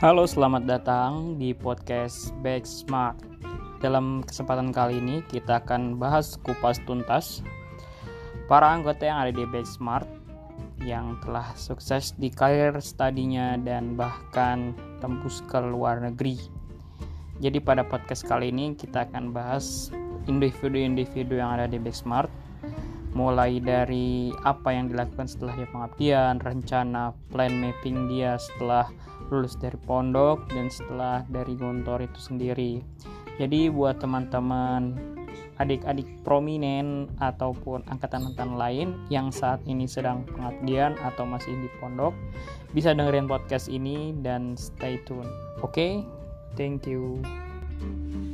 Halo, selamat datang di podcast Back Smart. Dalam kesempatan kali ini kita akan bahas kupas tuntas para anggota yang ada di Back Smart yang telah sukses di karir studinya dan bahkan tembus ke luar negeri. Jadi pada podcast kali ini kita akan bahas individu-individu yang ada di Back Smart, mulai dari apa yang dilakukan setelah dia pengabdian, rencana plan mapping dia setelah lulus dari pondok dan setelah dari Gontor itu sendiri. Jadi buat teman-teman adik-adik prominent ataupun angkatan-angkatan lain yang saat ini sedang pengabdian atau masih di pondok, bisa dengerin podcast ini dan stay tune. Oke? Thank you.